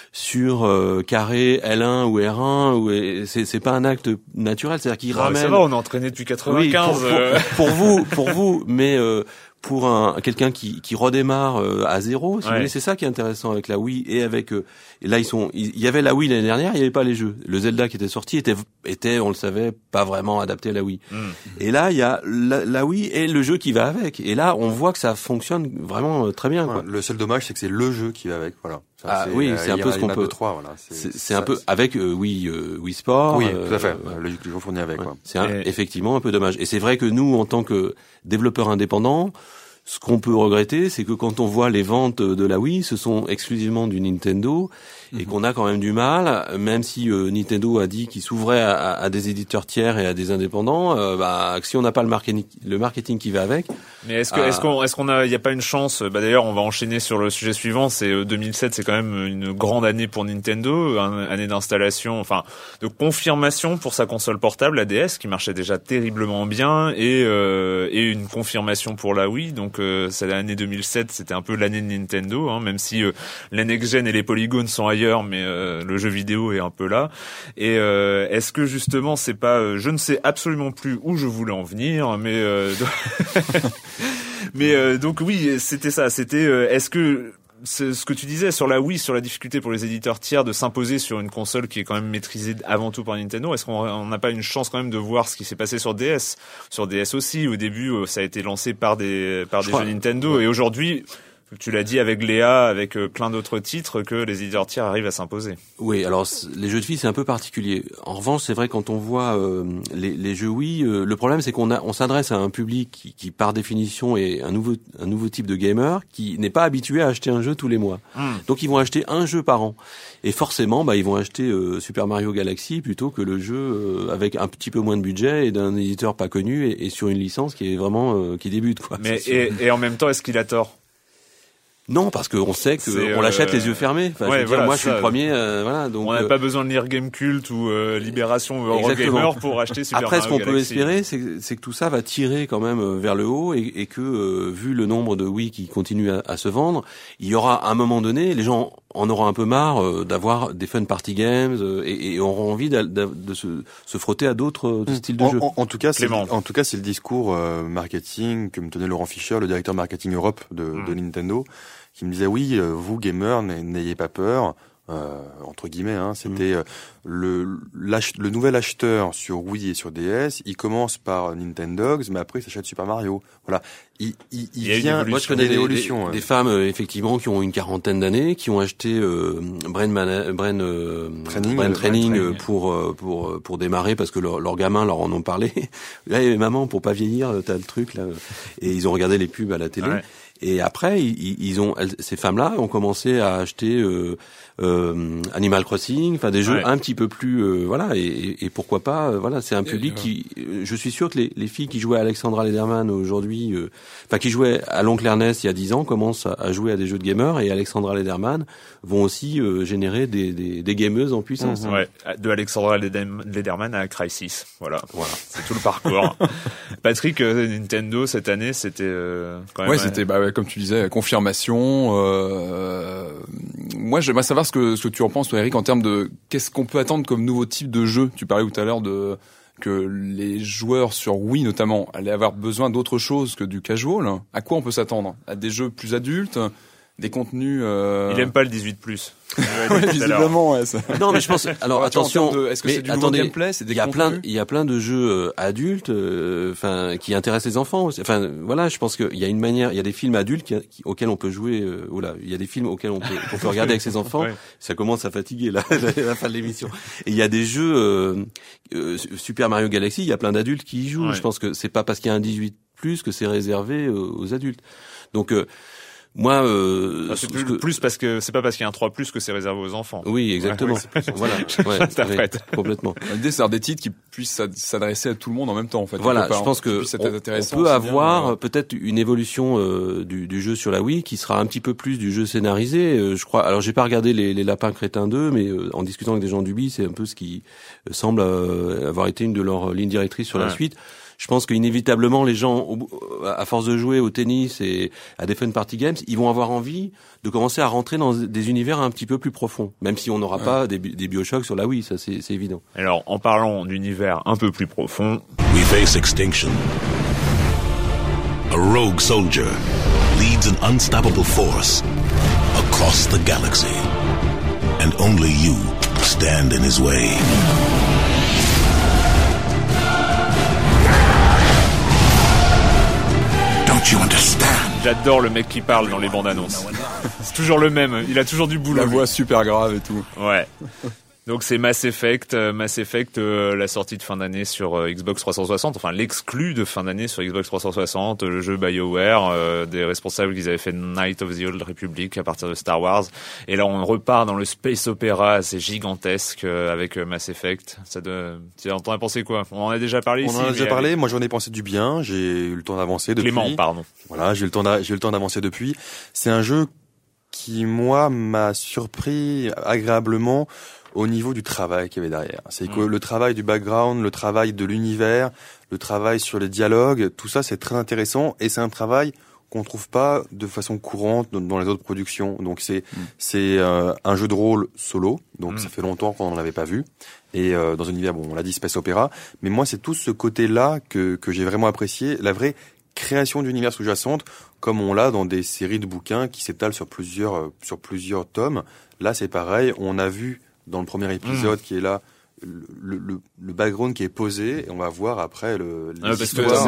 sur carré L1 ou R1, c'est pas un acte naturel, c'est-à-dire qu'il ramène. Ça va, on est entraîné depuis 95. Oui, pour vous, mais pour quelqu'un qui redémarre à zéro, si vous voulez, c'est ça qui est intéressant avec la Wii et avec et là il y avait la Wii l'année dernière, il y avait pas les jeux. Le Zelda qui était sorti était on le savait pas vraiment adapté à la Wii. Et là il y a la Wii et le jeu qui va avec. Et là on voit que ça fonctionne vraiment très bien, quoi. Le seul dommage c'est que c'est le jeu qui va avec, voilà. C'est un peu ce qu'on peut. C'est un peu avec Wii Sport. Oui, tout à fait. Le jeu fourni avec. Ouais. C'est effectivement un peu dommage. Et c'est vrai que nous, en tant que développeurs indépendants, ce qu'on peut regretter, c'est que quand on voit les ventes de la Wii, ce sont exclusivement du Nintendo. et qu'on a quand même du mal, même si Nintendo a dit qu'il s'ouvrait à des éditeurs tiers et à des indépendants, si on n'a pas le marketing qui va avec. Mais il y a pas une chance, d'ailleurs on va enchaîner sur le sujet suivant, c'est 2007, c'est quand même une grande année pour Nintendo, année d'installation, enfin de confirmation pour sa console portable, la DS, qui marchait déjà terriblement bien, et une confirmation pour la Wii. Donc c'est l'année 2007, c'était un peu l'année de Nintendo, hein, même si la next-gen et les polygones sont ailleurs, mais le jeu vidéo est un peu là. Et est-ce que justement c'est pas, je ne sais absolument plus où je voulais en venir, mais donc oui, c'était ça. C'était est-ce que c'est ce que tu disais sur la Wii, sur la difficulté pour les éditeurs tiers de s'imposer sur une console qui est quand même maîtrisée avant tout par Nintendo. Est-ce qu'on n'a pas une chance quand même de voir ce qui s'est passé sur DS? Sur DS aussi, au début, ça a été lancé par des jeux Nintendo, et aujourd'hui, tu l'as dit avec Léa, avec plein d'autres titres, que les éditeurs tiers arrivent à s'imposer. Oui, alors les jeux de filles c'est un peu particulier. En revanche, c'est vrai quand on voit les jeux Wii, le problème c'est qu'on s'adresse à un public qui par définition est un nouveau type de gamer qui n'est pas habitué à acheter un jeu tous les mois. Donc ils vont acheter un jeu par an. Et forcément, ils vont acheter Super Mario Galaxy plutôt que le jeu avec un petit peu moins de budget et d'un éditeur pas connu et sur une licence qui est vraiment qui débute, quoi. Mais et en même temps, est-ce qu'il a tort? Non, parce qu'on sait qu'on l'achète les yeux fermés. Enfin, moi, je suis le premier. Donc on n'a pas besoin de lire Gamecult ou Libération ou Eurogamer pour acheter Super Mario Galaxy. Après, ce qu'on peut espérer, c'est que tout ça va tirer quand même vers le haut et que vu le nombre de Wii qui continue à se vendre, il y aura à un moment donné, les gens en auront un peu marre d'avoir des fun party games et auront envie de se frotter à d'autres styles de jeux. En tout cas, c'est le discours marketing que me tenait Laurent Fischer, le directeur marketing Europe de Nintendo, qui me disait oui, vous gamers, n'ayez pas peur, entre guillemets, c'était le nouvel acheteur sur Wii et sur DS, il commence par Nintendogs, mais après il s'achète Super Mario. Voilà, il vient. Moi je connais des femmes effectivement qui ont une quarantaine d'années, qui ont acheté Brain Training pour démarrer parce que leurs gamins leur en ont parlé. Là, maman, pour pas vieillir, t'as le truc là, et ils ont regardé les pubs à la télé. Ouais. Et après, ces femmes-là ont commencé à acheter Animal Crossing, enfin des jeux un petit peu plus, et pourquoi pas, c'est un public qui, je suis sûr que les filles qui jouaient à Alexandra Lederman aujourd'hui, qui jouaient à l'oncle Ernest il y a 10 ans, commencent à jouer à des jeux de gamers, et Alexandra Lederman vont aussi générer des gameuses en puissance. Ouais, de Alexandra Lederman à Crysis, voilà, c'est tout le parcours. Patrick, Nintendo cette année, c'était quand même. Ouais, c'était comme tu disais, confirmation. Moi, j'aimerais savoir ce que tu en penses, toi, Eric, en termes de qu'est-ce qu'on peut attendre comme nouveau type de jeu. Tu parlais tout à l'heure que les joueurs sur Wii notamment allaient avoir besoin d'autre chose que du casual. À quoi on peut s'attendre? À des jeux plus adultes, des contenus. Il aime pas le 18+. Ouais, visiblement, ouais. Ça. Non, mais je pense. Alors attention. Est-ce que c'est du nouveau gameplay, c'est des contenus? Il y a plein de jeux adultes, qui intéressent les enfants. Enfin, voilà, je pense qu'il y a une manière. Il y a des films adultes auxquels on peut jouer. Il y a des films auxquels on peut regarder avec ses enfants. Ouais. Ça commence à fatiguer la fin de l'émission. Et il y a des jeux Super Mario Galaxy. Il y a plein d'adultes qui y jouent. Ouais. Je pense que c'est pas parce qu'il y a un 18+ que c'est réservé aux adultes. Donc moi, c'est plus parce que c'est pas parce qu'il y a un 3+ que c'est réservé aux enfants. Oui, exactement. Voilà. Complètement. L'idée, c'est des titres qui puissent s'adresser à tout le monde en même temps, en fait. Voilà, je pense que on peut avoir peut-être une évolution du jeu sur la Wii qui sera un petit peu plus du jeu scénarisé. Je crois. Alors, j'ai pas regardé les Lapins Crétins 2, mais en discutant avec des gens d'Ubi, c'est un peu ce qui semble avoir été une de leurs lignes directrices sur la suite. Je pense qu'inévitablement, les gens, à force de jouer au tennis et à des fun party games, ils vont avoir envie de commencer à rentrer dans des univers un petit peu plus profonds. Même si on n'aura pas des Bioshock sur la Wii, ça c'est évident. Alors, en parlant d'univers un peu plus profond... We face extinction. A rogue soldier leads an unstoppable force across the galaxy. And only you stand in his way. You understand. J'adore le mec qui parle dans les bandes annonces. C'est toujours le même, il a toujours du boulot. La voix super grave et tout. Ouais. Donc c'est Mass Effect, la sortie de fin d'année sur Xbox 360, enfin l'exclu de fin d'année sur Xbox 360, le jeu BioWare, des responsables qui avaient fait Knight of the Old Republic à partir de Star Wars. Et là on repart dans le space opéra, c'est gigantesque avec Mass Effect. Tu en as pensé quoi? On en a déjà parlé ici. On en a déjà parlé, moi j'en ai pensé du bien, j'ai eu le temps d'avancer depuis. Clément, pardon. Voilà, j'ai eu le temps d'avancer depuis. C'est un jeu qui, moi, m'a surpris agréablement au niveau du travail qu'il y avait derrière. C'est que le travail du background, le travail de l'univers, le travail sur les dialogues, tout ça c'est très intéressant et c'est un travail qu'on trouve pas de façon courante dans les autres productions. Donc c'est un jeu de rôle solo, donc ça fait longtemps qu'on n'en avait pas vu. Et dans un univers, bon, on l'a dit, space opéra, mais moi c'est tout ce côté-là que j'ai vraiment apprécié, la vraie création d'univers sous-jacente, comme on l'a dans des séries de bouquins qui s'étalent sur plusieurs tomes. Là c'est pareil, on a vu dans le premier épisode qui est là le background qui est posé et on va voir après parce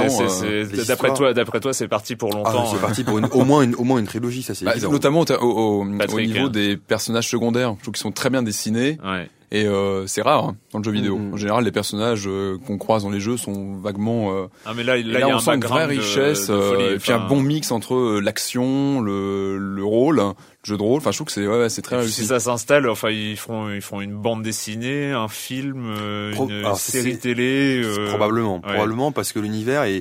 que d'après toi c'est parti pour longtemps. C'est parti pour au moins une trilogie, ça c'est évident. Notamment au niveau des personnages secondaires, je trouve qu'ils sont très bien dessinés. Ouais. Et c'est rare dans le jeu vidéo. En général, les personnages qu'on croise dans les jeux sont vaguement. Mais là, il y a on sent une vraie richesse, et puis un bon mix entre l'action, le rôle, le jeu de rôle. Enfin, je trouve que c'est très réussi. Si ça s'installe, enfin, ils font une bande dessinée, un film, une série télé. Probablement parce que l'univers est.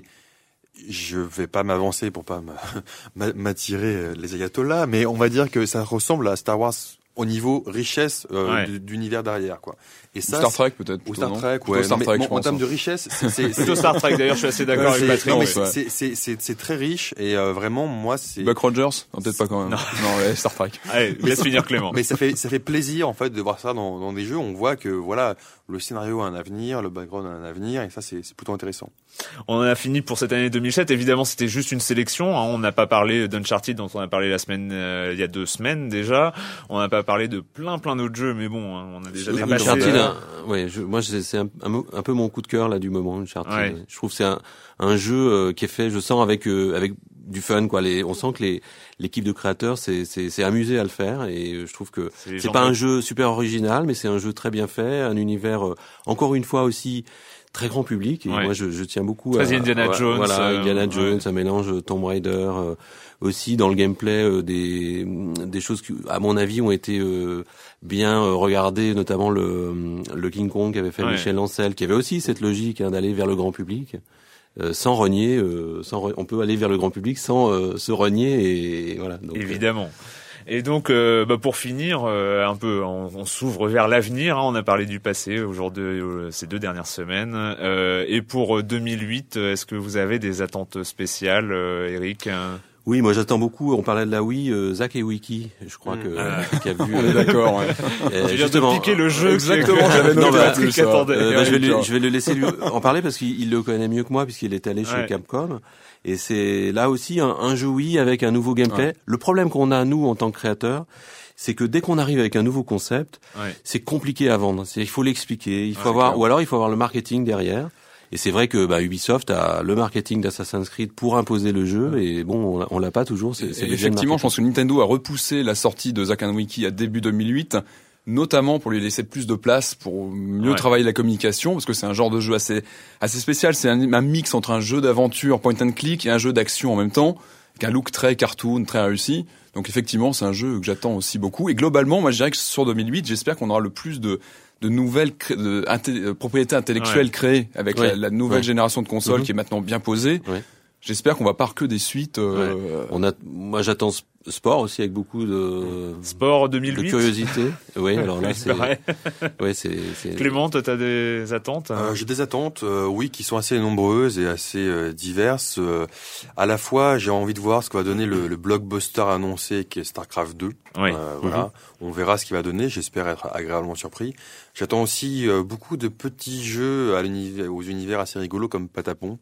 Je vais pas m'avancer pour pas m'attirer les ayatollahs, mais on va dire que ça ressemble à Star Wars au niveau richesse d'univers derrière, quoi. Et ça, ou Star Trek peut-être. Ou Star Trek, ouais. Star Trek, en termes de richesse, c'est plutôt Star Trek. D'ailleurs, je suis assez d'accord avec Patrick. Non, mais c'est très riche et vraiment, moi, c'est. Buck Rogers, non, peut-être pas quand même. Non, Star Trek. Allez, laisse finir Clément. Mais ça fait plaisir en fait de voir ça dans des jeux. On voit que voilà, le scénario a un avenir, le background a un avenir, et ça c'est plutôt intéressant. On a fini pour cette année 2007. Évidemment, c'était juste une sélection. On n'a pas parlé d'Uncharted, dont on a parlé il y a 2 semaines déjà. On n'a pas parlé de plein d'autres jeux, mais bon, on a déjà dépassé. Moi c'est un peu mon coup de cœur là du moment, Uncharted. Ouais. Je trouve que c'est un jeu qui est fait, je sens avec du fun, quoi. On sent que l'équipe de créateurs c'est amusé à le faire, et je trouve que c'est pas un jeu super original, mais c'est un jeu très bien fait, un univers encore une fois aussi très grand public, et moi je tiens beaucoup à Indiana Jones. Voilà, Indiana Jones, un mélange Tomb Raider, aussi dans le gameplay des choses qui à mon avis ont été bien regardées, notamment le King Kong qu'avait fait Michel Ancel, qui avait aussi cette logique d'aller vers le grand public. Sans renier, on peut aller vers le grand public sans se renier, et voilà. Donc, évidemment. Et donc, pour finir, un peu, on s'ouvre vers l'avenir. On a parlé du passé aujourd'hui, ces 2 dernières semaines. Et pour 2008, est-ce que vous avez des attentes spéciales, Eric? Oui, moi j'attends beaucoup. On parlait de la Wii, Zach et Wiki, je crois qui a vu. D'accord. Ouais. Tu viens de piquer le jeu. Exactement. J'avais noté Patrick attendait. Je vais le laisser lui en parler parce qu'il le connaît mieux que moi, puisqu'il est allé chez Capcom. Et c'est là aussi un jeu Wii avec un nouveau gameplay. Ouais. Le problème qu'on a nous en tant que créateurs, c'est que dès qu'on arrive avec un nouveau concept, c'est compliqué à vendre. Il faut l'expliquer, il faut ou alors il faut avoir le marketing derrière. Et c'est vrai que Ubisoft a le marketing d'Assassin's Creed pour imposer le jeu, et bon, on l'a pas toujours. C'est effectivement, je pense que Nintendo a repoussé la sortie de Zack & Wiki à début 2008, notamment pour lui laisser plus de place, pour mieux travailler la communication, parce que c'est un genre de jeu assez spécial. C'est un mix entre un jeu d'aventure point and click et un jeu d'action en même temps, avec un look très cartoon, très réussi. Donc effectivement, c'est un jeu que j'attends aussi beaucoup. Et globalement, moi je dirais que sur 2008, j'espère qu'on aura le plus de nouvelles propriétés intellectuelles créées avec la nouvelle génération de consoles qui est maintenant bien posée. J'espère qu'on va pas que des suites. Moi j'attends Sport aussi avec beaucoup de Sport 2008 de curiosité. Oui, alors là c'est Clément, toi t'as des attentes? J'ai des attentes, oui, qui sont assez nombreuses et assez diverses. À la fois, j'ai envie de voir ce que va donner le blockbuster annoncé qui est StarCraft 2. Voilà, on verra ce qu'il va donner. J'espère être agréablement surpris. J'attends aussi beaucoup de petits jeux aux univers assez rigolos comme Patapon.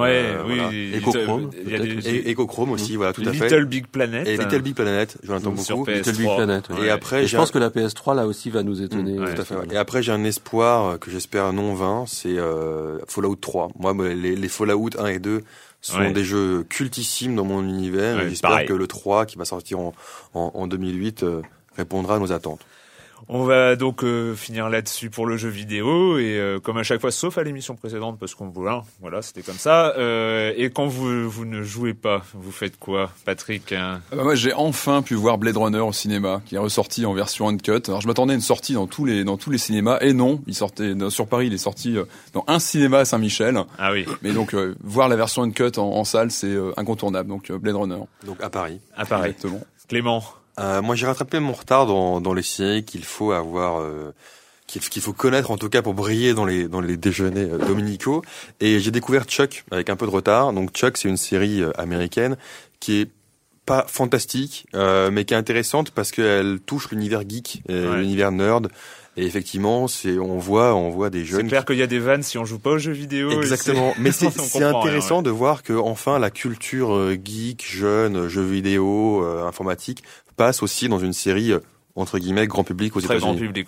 Echochrome. Il y a Echochrome aussi, voilà, tout à fait. Little Big Planet. Et Little Big Planet, je l'entends beaucoup. Little Big Planet. Et après, je pense que la PS3 là aussi va nous étonner. Tout à fait. Et après, j'ai un espoir que j'espère non vain, c'est Fallout 3. Moi, les Fallout 1 et 2 sont des jeux cultissimes dans mon univers. Et j'espère que le 3 qui va sortir en 2008 répondra à nos attentes. On va donc finir là-dessus pour le jeu vidéo et comme à chaque fois, sauf à l'émission précédente parce qu'on voilà, c'était comme ça. Et quand vous ne jouez pas, vous faites quoi, Patrick? Moi, j'ai enfin pu voir Blade Runner au cinéma, qui est ressorti en version uncut. Alors, je m'attendais à une sortie dans tous les cinémas, et non, sur Paris, il est sorti dans un cinéma à Saint-Michel. Ah oui. Mais donc voir la version uncut en salle, c'est incontournable. Donc Blade Runner. Donc à Paris. Exactement. Clément. Moi, j'ai rattrapé mon retard dans les séries qu'il faut avoir, qu'il faut connaître en tout cas pour briller dans les déjeuners dominicaux. Et j'ai découvert Chuck avec un peu de retard. Donc Chuck, c'est une série américaine qui est pas fantastique, mais qui est intéressante parce qu'elle touche l'univers geek, l'univers nerd. Et effectivement, on voit des jeunes. C'est clair qu'il y a des vannes si on joue pas aux jeux vidéo. Exactement. Mais c'est intéressant de voir que enfin la culture geek, jeune, jeux vidéo, informatique passe aussi dans une série entre guillemets grand public aux États-Unis. Très grand public.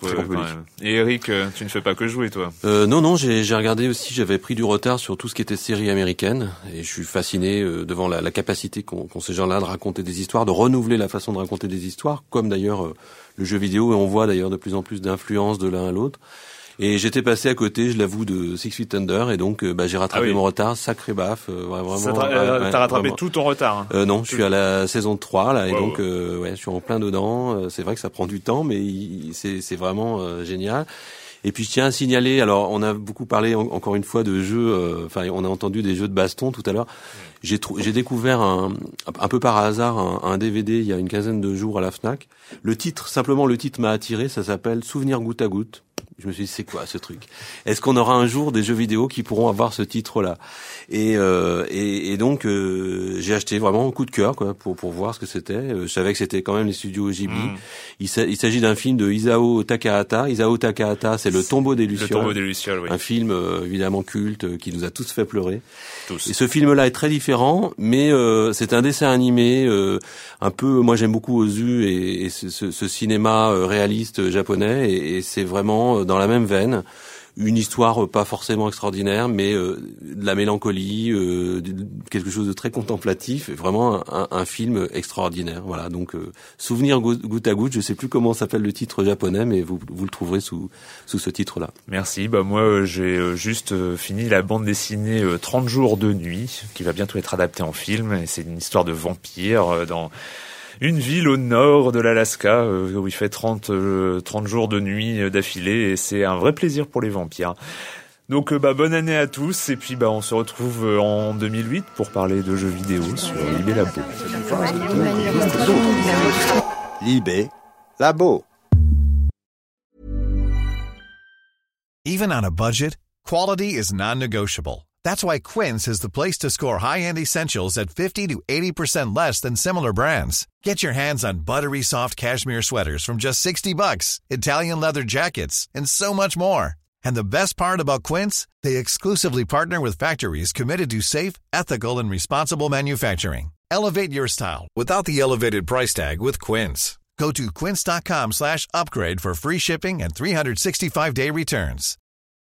Et Eric, tu ne fais pas que jouer, toi? Non, j'ai regardé aussi. J'avais pris du retard sur tout ce qui était série américaine, et je suis fasciné devant la capacité qu'ont ces gens-là de raconter des histoires, de renouveler la façon de raconter des histoires, comme d'ailleurs le jeu vidéo. Et on voit d'ailleurs de plus en plus d'influence de l'un à l'autre. Et j'étais passé à côté, je l'avoue, de Six Feet Under, et donc j'ai rattrapé mon retard, sacré baffe, vraiment. T'as rattrapé tout ton retard. Non, je suis à la saison 3 là, et donc je suis en plein dedans. C'est vrai que ça prend du temps, mais c'est vraiment génial. Et puis je tiens à signaler, alors on a beaucoup parlé encore une fois de jeux, on a entendu des jeux de baston tout à l'heure. J'ai découvert un peu par hasard un DVD il y a une quinzaine de jours à la Fnac. Le titre m'a attiré, ça s'appelle Souvenir goutte à goutte. Je me suis dit, c'est quoi ce truc? Est-ce qu'on aura un jour des jeux vidéo qui pourront avoir ce titre-là? Et donc j'ai acheté vraiment un coup de cœur pour voir ce que c'était. Je savais que c'était quand même les studios Ghibli. Il s'agit d'un film de Isao Takahata. Isao Takahata, c'est Le Tombeau des Lucioles. Le Tombeau des Lucioles, oui. Un film évidemment culte qui nous a tous fait pleurer. Tous. Et ce film-là est très différent, mais c'est un dessin animé un peu. Moi, j'aime beaucoup Ozu et ce cinéma réaliste japonais, et c'est vraiment dans la même veine. Une histoire pas forcément extraordinaire, mais de la mélancolie, quelque chose de très contemplatif, vraiment un film extraordinaire. Voilà, donc Souvenir goutte à goutte, je sais plus comment s'appelle le titre japonais, mais vous le trouverez sous ce titre-là. Merci. Moi j'ai juste fini la bande dessinée 30 jours de nuit, qui va bientôt être adaptée en film, et c'est une histoire de vampire dans une ville au nord de l'Alaska où il fait 30 jours de nuit d'affilée, et c'est un vrai plaisir pour les vampires. Donc bonne année à tous, et puis on se retrouve en 2008 pour parler de jeux vidéo sur Libé Labo. Libé Labo. Even on a budget, quality is non-negotiable. That's why Quince is the place to score high-end essentials at 50 to 80% less than similar brands. Get your hands on buttery soft cashmere sweaters from just $60, Italian leather jackets, and so much more. And the best part about Quince, they exclusively partner with factories committed to safe, ethical, and responsible manufacturing. Elevate your style without the elevated price tag with Quince. Go to quince.com/upgrade for free shipping and 365-day returns.